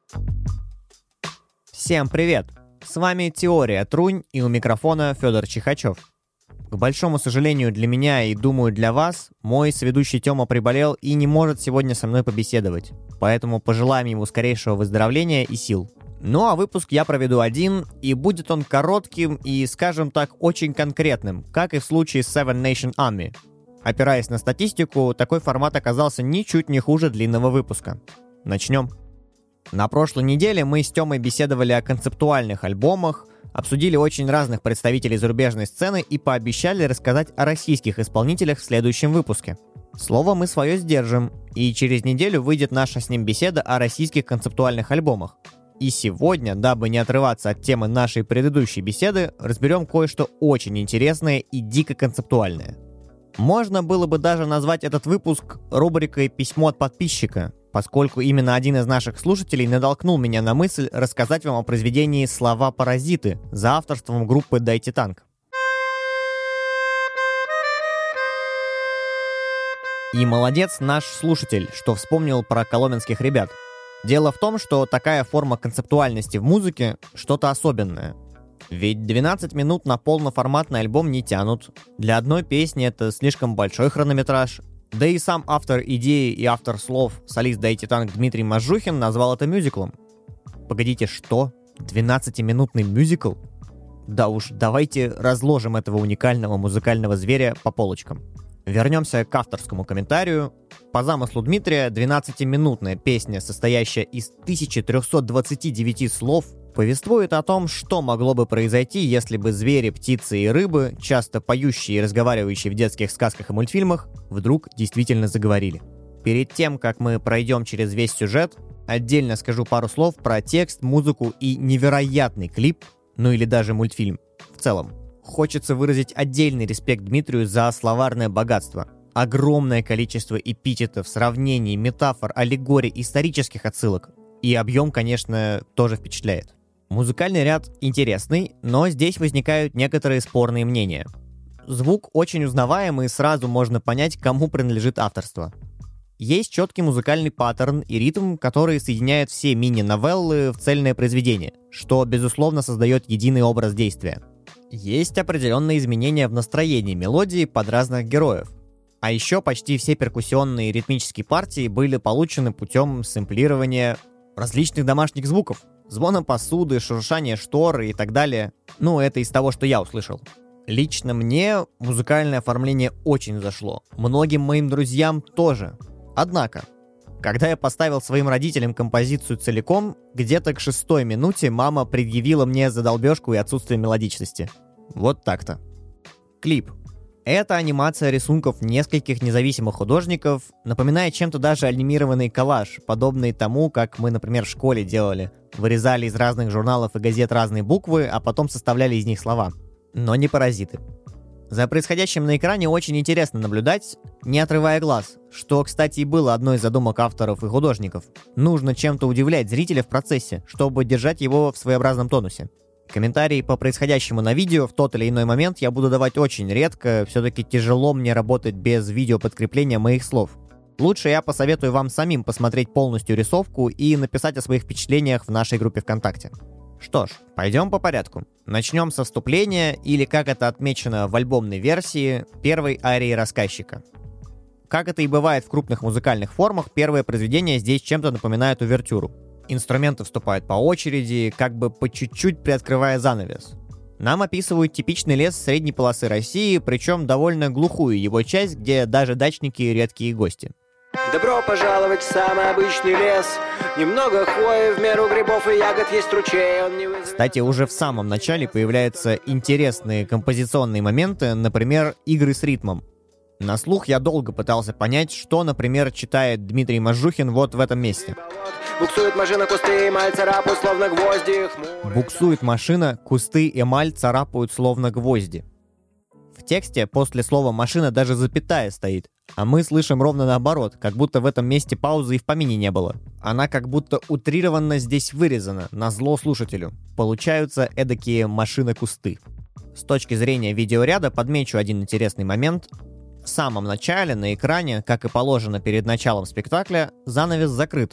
Всем привет! С вами Теория Трунь, и у микрофона Федор Чихачев. К большому сожалению для меня и, думаю, для вас, мой соведущий Тёма приболел и не может сегодня со мной побеседовать. Поэтому пожелаем ему скорейшего выздоровления и сил. Ну а выпуск я проведу один, и будет он коротким и, скажем так, очень конкретным, как и в случае с Seven Nation Army. Опираясь на статистику, такой формат оказался ничуть не хуже длинного выпуска. Начнем. На прошлой неделе мы с Тёмой беседовали о концептуальных альбомах, обсудили очень разных представителей зарубежной сцены и пообещали рассказать о российских исполнителях в следующем выпуске. Слово мы свое сдержим, и через неделю выйдет наша с ним беседа о российских концептуальных альбомах. И сегодня, дабы не отрываться от темы нашей предыдущей беседы, разберем кое-что очень интересное и дико концептуальное. Можно было бы даже назвать этот выпуск рубрикой «Письмо от подписчика», поскольку именно один из наших слушателей натолкнул меня на мысль рассказать вам о произведении «Слова-паразиты» за авторством группы «Дайте танк». И молодец наш слушатель, что вспомнил про коломенских ребят. Дело в том, что такая форма концептуальности в музыке – что-то особенное. Ведь 12 минут на полноформатный альбом не тянут. Для одной песни это слишком большой хронометраж. Да и сам автор идеи и автор слов, солист «Дайте танк» Дмитрий Мажухин, назвал это мюзиклом. Погодите, что? 12-минутный мюзикл? Да уж, давайте разложим этого уникального музыкального зверя по полочкам. Вернемся к авторскому комментарию. По замыслу Дмитрия, 12-минутная песня, состоящая из 1329 слов, повествует о том, что могло бы произойти, если бы звери, птицы и рыбы, часто поющие и разговаривающие в детских сказках и мультфильмах, вдруг действительно заговорили. Перед тем, как мы пройдем через весь сюжет, отдельно скажу пару слов про текст, музыку и невероятный клип, ну или даже мультфильм в целом. Хочется выразить отдельный респект Дмитрию за словарное богатство. Огромное количество эпитетов, сравнений, метафор, аллегорий, исторических отсылок. И объем, конечно, тоже впечатляет. Музыкальный ряд интересный, но здесь возникают некоторые спорные мнения. Звук очень узнаваемый, и сразу можно понять, кому принадлежит авторство. Есть четкий музыкальный паттерн и ритм, который соединяет все мини-новеллы в цельное произведение, что, безусловно, создает единый образ действия. Есть определенные изменения в настроении мелодии под разных героев. А еще почти все перкуссионные и ритмические партии были получены путем сэмплирования различных домашних звуков. Звона посуды, шуршание штор и так далее. Ну, это из того, что я услышал. Лично мне музыкальное оформление очень зашло. Многим моим друзьям тоже. Однако, когда я поставил своим родителям композицию целиком, где-то к 6-й минуте мама предъявила мне задолбежку и отсутствие мелодичности. Вот так-то. Клип. Это анимация рисунков нескольких независимых художников, напоминает чем-то даже анимированный коллаж, подобный тому, как мы, например, в школе делали. Вырезали из разных журналов и газет разные буквы, а потом составляли из них слова. Но не паразиты. За происходящим на экране очень интересно наблюдать, не отрывая глаз, что, кстати, и было одной из задумок авторов и художников. Нужно чем-то удивлять зрителя в процессе, чтобы держать его в своеобразном тонусе. Комментарии по происходящему на видео в тот или иной момент я буду давать очень редко, все-таки тяжело мне работать без видеоподкрепления моих слов. Лучше я посоветую вам самим посмотреть полностью рисовку и написать о своих впечатлениях в нашей группе ВКонтакте. Что ж, пойдем по порядку. Начнем со вступления, или, как это отмечено в альбомной версии, первой арии рассказчика. Как это и бывает в крупных музыкальных формах, первое произведение здесь чем-то напоминает увертюру. Инструменты вступают по очереди, как бы по чуть-чуть приоткрывая занавес. Нам описывают типичный лес средней полосы России, причем довольно глухую его часть, где даже дачники — редкие гости. Добро пожаловать в самый обычный лес. Немного хвои, в меру грибов и ягод, есть ручей, он не вызывает... Кстати, уже в самом начале появляются интересные композиционные моменты, например, игры с ритмом. На слух я долго пытался понять, что, например, читает Дмитрий Мажухин вот в этом месте. Буксует машина, кусты, эмаль царапают, словно гвозди. Буксует машина, кусты, эмаль царапают, словно гвозди. В тексте после слова «машина» даже запятая стоит, а мы слышим ровно наоборот, как будто в этом месте паузы и в помине не было. Она как будто утрированно здесь вырезана, назло слушателю. Получаются эдакие машины-кусты. С точки зрения видеоряда подмечу один интересный момент. В самом начале на экране, как и положено перед началом спектакля, занавес закрыт.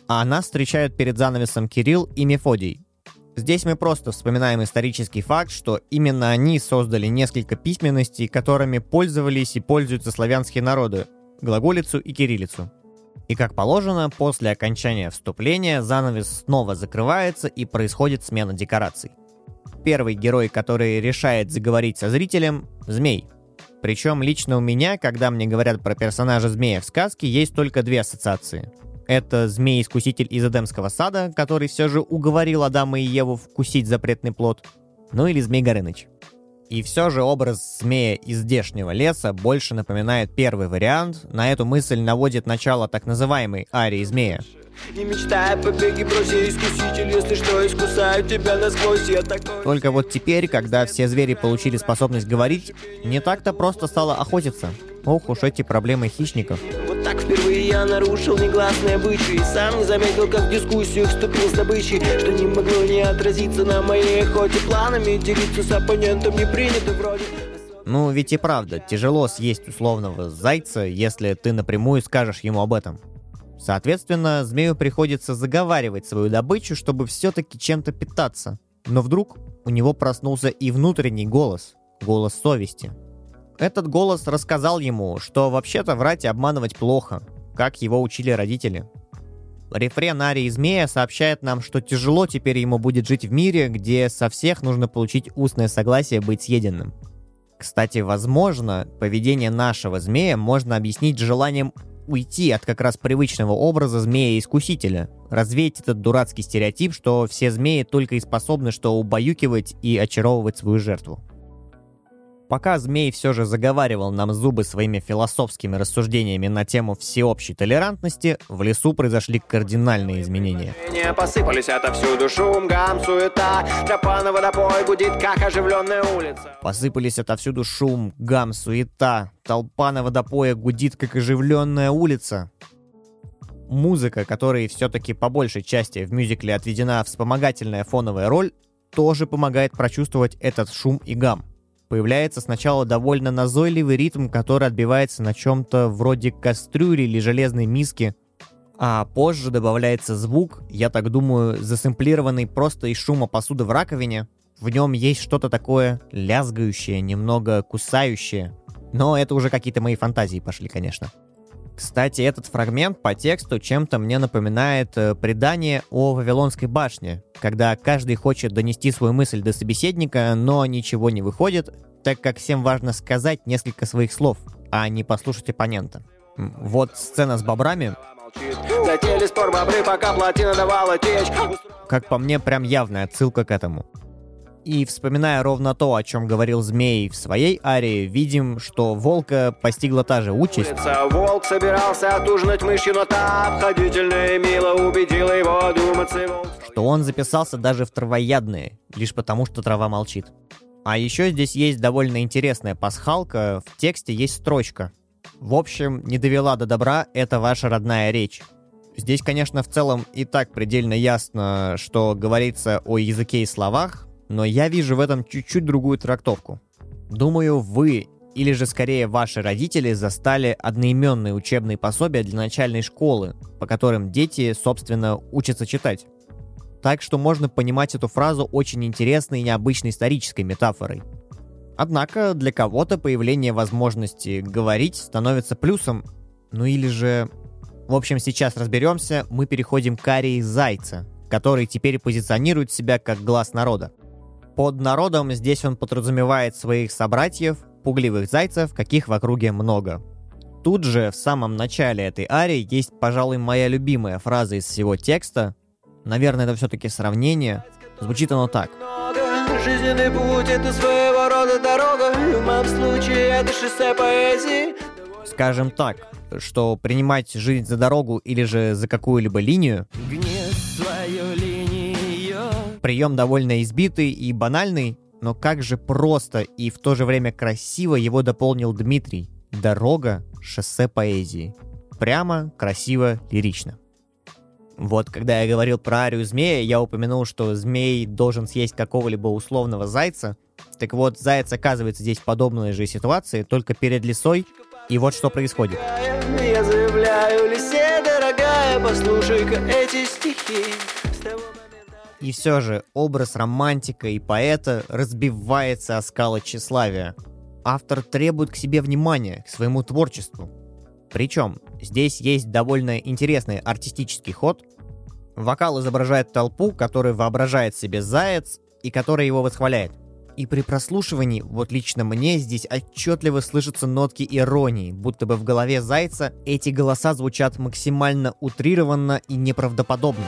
А нас встречают перед занавесом Кирилл и Мефодий. Здесь мы просто вспоминаем исторический факт, что именно они создали несколько письменностей, которыми пользовались и пользуются славянские народы – глаголицу и кириллицу. И как положено, после окончания вступления занавес снова закрывается и происходит смена декораций. Первый герой, который решает заговорить со зрителем – змей. Причем лично у меня, когда мне говорят про персонажа змея в сказке, есть только две ассоциации. Это змей-искуситель из Эдемского сада, который все же уговорил Адама и Еву вкусить запретный плод. Ну или Змей Горыныч. И все же образ змея из здешнего леса больше напоминает первый вариант. На эту мысль наводит начало так называемой арии змея. Не мечтай о побеге, броси, искуситель, если что, искусают тебя насквозь, я такой. Только вот теперь, когда все звери получили способность говорить, не так-то просто стало охотиться. Ох уж эти проблемы хищников. Вот так впервые я нарушил негласные обычаи. Сам не заметил, как в дискуссию вступил с добычей, что не могло не отразиться на моей охоте. Планами делиться с оппонентом не принято вроде. Ну ведь и правда, тяжело съесть условного зайца, если ты напрямую скажешь ему об этом. Соответственно, змею приходится заговаривать свою добычу, чтобы все-таки чем-то питаться. Но вдруг у него проснулся и внутренний голос, голос совести. Этот голос рассказал ему, что вообще-то врать и обманывать плохо, как его учили родители. Рефрен арии змея сообщает нам, что тяжело теперь ему будет жить в мире, где со всех нужно получить устное согласие быть съеденным. Кстати, возможно, поведение нашего змея можно объяснить желанием уйти от как раз привычного образа змея-искусителя, развеять этот дурацкий стереотип, что все змеи только и способны что убаюкивать и очаровывать свою жертву. Пока змей все же заговаривал нам зубы своими философскими рассуждениями на тему всеобщей толерантности, в лесу произошли кардинальные изменения. Не посыпались отовсюду шум, гам, суета. Тропа на водопой гудит, как оживленная улица. Посыпались отовсюду шум, гам, суета. Толпа на водопое гудит, как оживленная улица. Музыка, которой все-таки по большей части в мюзикле отведена вспомогательная фоновая роль, тоже помогает прочувствовать этот шум и гам. Появляется сначала довольно назойливый ритм, который отбивается на чем-то вроде кастрюли или железной миски, а позже добавляется звук, я так думаю, засэмплированный просто из шума посуды в раковине. В нем есть что-то такое лязгающее, немного кусающее, но это уже какие-то мои фантазии пошли, конечно. Кстати, этот фрагмент по тексту чем-то мне напоминает предание о Вавилонской башне, когда каждый хочет донести свою мысль до собеседника, но ничего не выходит, так как всем важно сказать несколько своих слов, а не послушать оппонента. Вот сцена с бобрами. Затеяли спор бобры, пока плотина давала течь. Как по мне, прям явная отсылка к этому. И вспоминая ровно то, о чем говорил змей в своей арии, видим, что волка постигла та же участь. Волк собирался отужинать мышью, но та обходительно и мило убедила его одуматься. Что он записался даже в травоядные, лишь потому, что трава молчит. А еще здесь есть довольно интересная пасхалка, в тексте есть строчка. В общем, не довела до добра эта ваша родная речь. Здесь, конечно, в целом и так предельно ясно, что говорится о языке и словах, но я вижу в этом чуть-чуть другую трактовку. Думаю, вы, или же скорее ваши родители, застали одноименные учебные пособия для начальной школы, по которым дети, собственно, учатся читать. Так что можно понимать эту фразу очень интересной и необычной исторической метафорой. Однако для кого-то появление возможности говорить становится плюсом, ну или же... В общем, сейчас разберемся, мы переходим к арии Зайца, который теперь позиционирует себя как глаз народа. Под народом здесь он подразумевает своих собратьев, пугливых зайцев, каких в округе много. Тут же, в самом начале этой арии, есть, пожалуй, моя любимая фраза из всего текста. Наверное, это все-таки сравнение. Звучит оно так. Жизненный путь — это своего рода дорога. В моем случае это шоссе поэзии. Скажем так, что принимать жизнь за дорогу или же за какую-либо линию — прием довольно избитый и банальный, но как же просто и в то же время красиво его дополнил Дмитрий. Дорога — шоссе поэзии. Прямо, красиво, лирично. Вот когда я говорил про арию змея, я упомянул, что змей должен съесть какого-либо условного зайца. Так вот, заяц оказывается здесь в подобной же ситуации, только перед лисой. И вот что происходит. Я заявляю оставляю в лесе, дорогая, послушай-ка эти стихи. И все же образ романтика и поэта разбивается о скалы тщеславия. Автор требует к себе внимания, к своему творчеству. Причем здесь есть довольно интересный артистический ход. Вокал изображает толпу, которая воображает себе заяц и которая его восхваляет. И при прослушивании, вот лично мне, здесь отчетливо слышатся нотки иронии, будто бы в голове зайца эти голоса звучат максимально утрированно и неправдоподобно.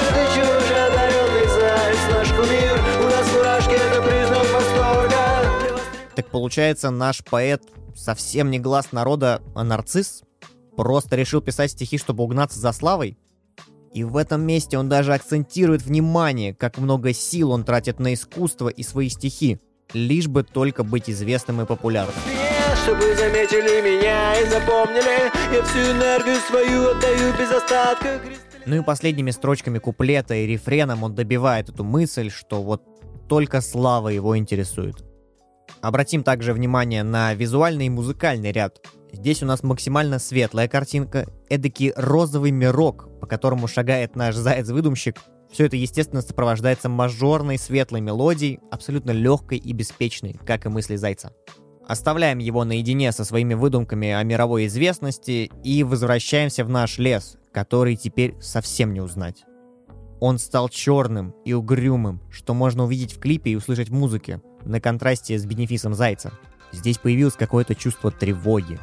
Так получается, наш поэт совсем не глаз народа, а нарцисс? Просто решил писать стихи, чтобы угнаться за славой? И в этом месте он даже акцентирует внимание, как много сил он тратит на искусство и свои стихи, лишь бы только быть известным и популярным. Чтобы заметили меня и запомнили, я всю энергию свою отдаю без остатка. Ну и последними строчками куплета и рефреном он добивает эту мысль, что вот только слава его интересует. Обратим также внимание на визуальный и музыкальный ряд. Здесь у нас максимально светлая картинка, эдакий розовый мирок, по которому шагает наш заяц-выдумщик. Все это, естественно, сопровождается мажорной светлой мелодией, абсолютно легкой и беспечной, как и мысли зайца. Оставляем его наедине со своими выдумками о мировой известности и возвращаемся в наш лес, который теперь совсем не узнать. Он стал черным и угрюмым, что можно увидеть в клипе и услышать в музыке, на контрасте с бенефисом зайца. Здесь появилось какое-то чувство тревоги.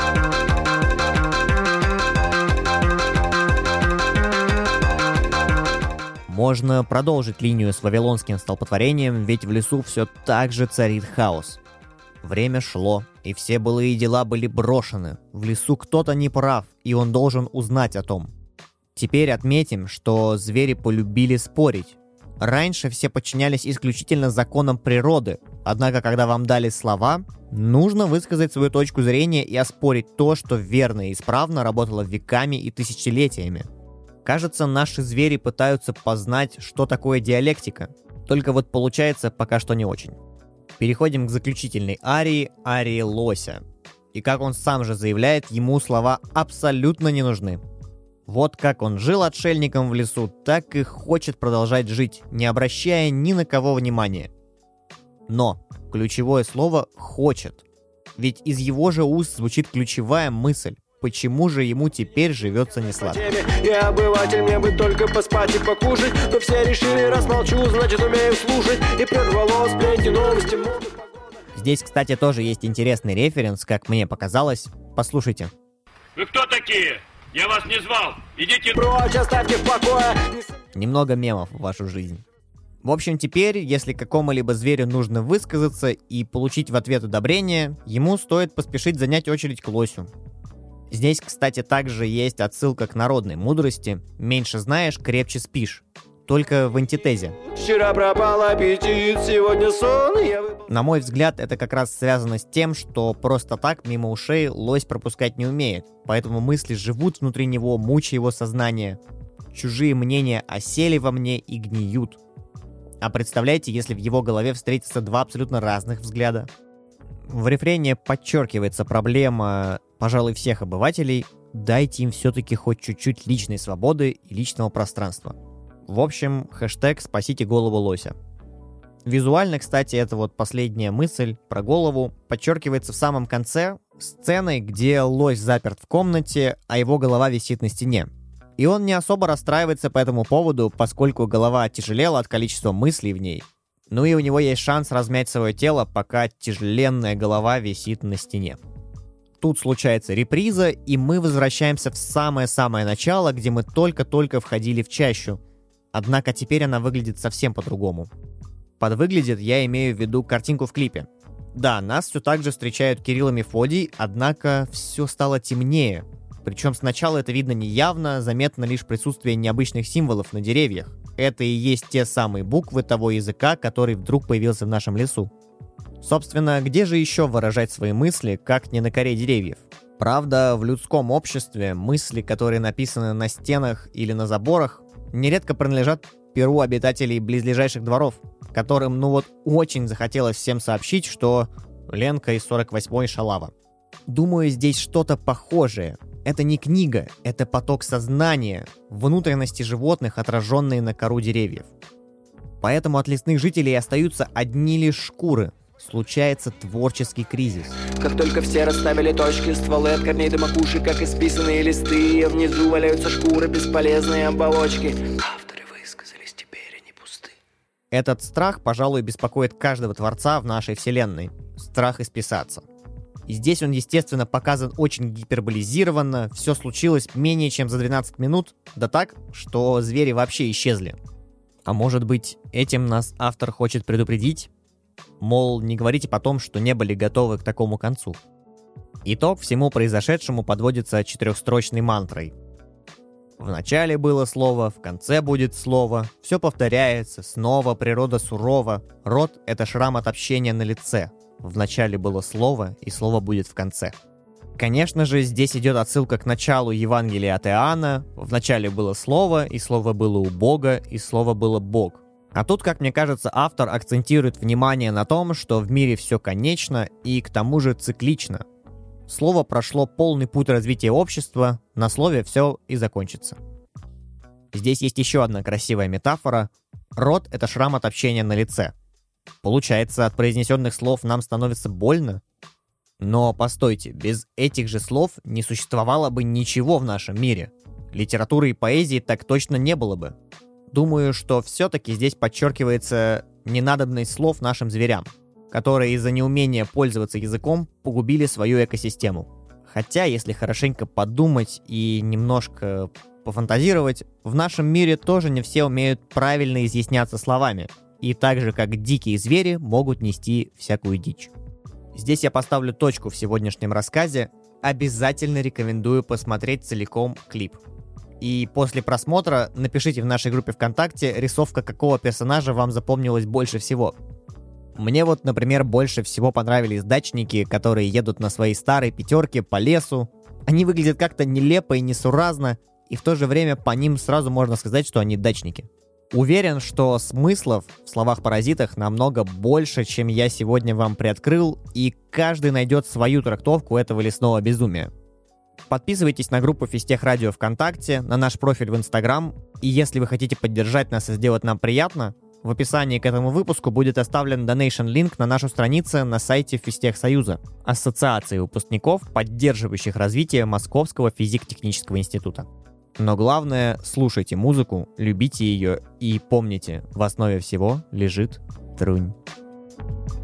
Можно продолжить линию с вавилонским столпотворением, ведь в лесу все так же царит хаос. Время шло, и все былые дела были брошены. В лесу кто-то не прав, и он должен узнать о том. Теперь отметим, что звери полюбили спорить. Раньше все подчинялись исключительно законам природы, однако когда вам дали слова, нужно высказать свою точку зрения и оспорить то, что верно и исправно работало веками и тысячелетиями. Кажется, наши звери пытаются познать, что такое диалектика, только вот получается пока что не очень. Переходим к заключительной арии лося. И как он сам же заявляет, ему слова абсолютно не нужны. Вот как он жил отшельником в лесу, так и хочет продолжать жить, не обращая ни на кого внимания. Но ключевое слово «хочет». Ведь из его же уст звучит ключевая мысль. Почему же ему теперь живется несладко? Я обыватель, мне бы только поспать и покушать, но все решили, раз молчу, значит умею слушать. И прервало сплетни, новости, моды, погода. Здесь, кстати, тоже есть интересный референс, как мне показалось. Послушайте. Вы кто такие? Я вас не звал. Идите прочь, оставьте в покое. Немного мемов в вашу жизнь. В общем, теперь, если какому-либо зверю нужно высказаться и получить в ответ одобрение, ему стоит поспешить занять очередь к лосю. Здесь, кстати, также есть отсылка к народной мудрости «меньше знаешь, крепче спишь», только в антитезе. Вчера пропал аппетит, сегодня сон. На мой взгляд, это как раз связано с тем, что просто так мимо ушей лось пропускать не умеет, поэтому мысли живут внутри него, мучая его сознание. Чужие мнения осели во мне и гниют. А представляете, если в его голове встретятся два абсолютно разных взгляда? В рефрене подчеркивается проблема, пожалуй, всех обывателей: дайте им все-таки хоть чуть-чуть личной свободы и личного пространства. В общем, хэштег «Спасите голову лося». Визуально, кстати, это вот последняя мысль про голову подчеркивается в самом конце сценой, где лось заперт в комнате, а его голова висит на стене. И он не особо расстраивается по этому поводу, поскольку голова оттяжелела от количества мыслей в ней. Ну и у него есть шанс размять свое тело, пока тяжеленная голова висит на стене. Тут случается реприза, и мы возвращаемся в самое-самое начало, где мы только-только входили в чащу. Однако теперь она выглядит совсем по-другому. Под «выглядит» я имею в виду картинку в клипе. Да, нас все так же встречают Кирилл и Мефодий, однако все стало темнее. Причем сначала это видно неявно, заметно лишь присутствие необычных символов на деревьях. Это и есть те самые буквы того языка, который вдруг появился в нашем лесу. Собственно, где же еще выражать свои мысли, как не на коре деревьев? Правда, в людском обществе мысли, которые написаны на стенах или на заборах, нередко принадлежат перу обитателей близлежащих дворов, которым, очень захотелось всем сообщить, что Ленка из 48-й шалава. Думаю, здесь что-то похожее. Это не книга, это поток сознания, внутренности животных, отраженные на кору деревьев. Поэтому от лесных жителей остаются одни лишь шкуры. Случается творческий кризис. Как только все расставили точки, стволы от корней до макушек, как исписанные листы, внизу валяются шкуры, бесполезные оболочки. Авторы высказались, теперь они пусты. Этот страх, пожалуй, беспокоит каждого творца в нашей вселенной. Страх исписаться. И здесь он, естественно, показан очень гиперболизированно. Все случилось менее чем за 12 минут, да так, что звери вообще исчезли. А может быть, этим нас автор хочет предупредить? Мол, не говорите потом, что не были готовы к такому концу. Итог всему произошедшему подводится четырехстрочной мантрой. В начале было слово, в конце будет слово, все повторяется, снова природа сурова, рот — это шрам от общения на лице. В начале было слово, и слово будет в конце. Конечно же, здесь идет отсылка к началу Евангелия от Иоанна. В начале было слово, и слово было у Бога, и слово было Бог. А тут, как мне кажется, автор акцентирует внимание на том, что в мире все конечно и к тому же циклично. Слово прошло полный путь развития общества, на слове все и закончится. Здесь есть еще одна красивая метафора. Рот — это шрам от общения на лице. Получается, от произнесенных слов нам становится больно? Но постойте, без этих же слов не существовало бы ничего в нашем мире. Литературы и поэзии так точно не было бы. Думаю, что все-таки здесь подчеркивается ненадобность слов нашим зверям, которые из-за неумения пользоваться языком погубили свою экосистему. Хотя, если хорошенько подумать и немножко пофантазировать, в нашем мире тоже не все умеют правильно изъясняться словами. И так же, как дикие звери, могут нести всякую дичь. Здесь я поставлю точку в сегодняшнем рассказе. Обязательно рекомендую посмотреть целиком клип. И после просмотра напишите в нашей группе ВКонтакте, рисовка какого персонажа вам запомнилась больше всего. Мне вот, например, больше всего понравились дачники, которые едут на своей старой пятерке по лесу. Они выглядят как-то нелепо и несуразно, и в то же время по ним сразу можно сказать, что они дачники. Уверен, что смыслов в словах-паразитах намного больше, чем я сегодня вам приоткрыл, и каждый найдет свою трактовку этого лесного безумия. Подписывайтесь на группу Физтех Радио ВКонтакте, на наш профиль в Инстаграм, и если вы хотите поддержать нас и сделать нам приятно, в описании к этому выпуску будет оставлен donation-линк на нашу страницу на сайте Физтехсоюза, ассоциации выпускников, поддерживающих развитие Московского физико-технического института. Но главное, слушайте музыку, любите ее и помните, в основе всего лежит трунь.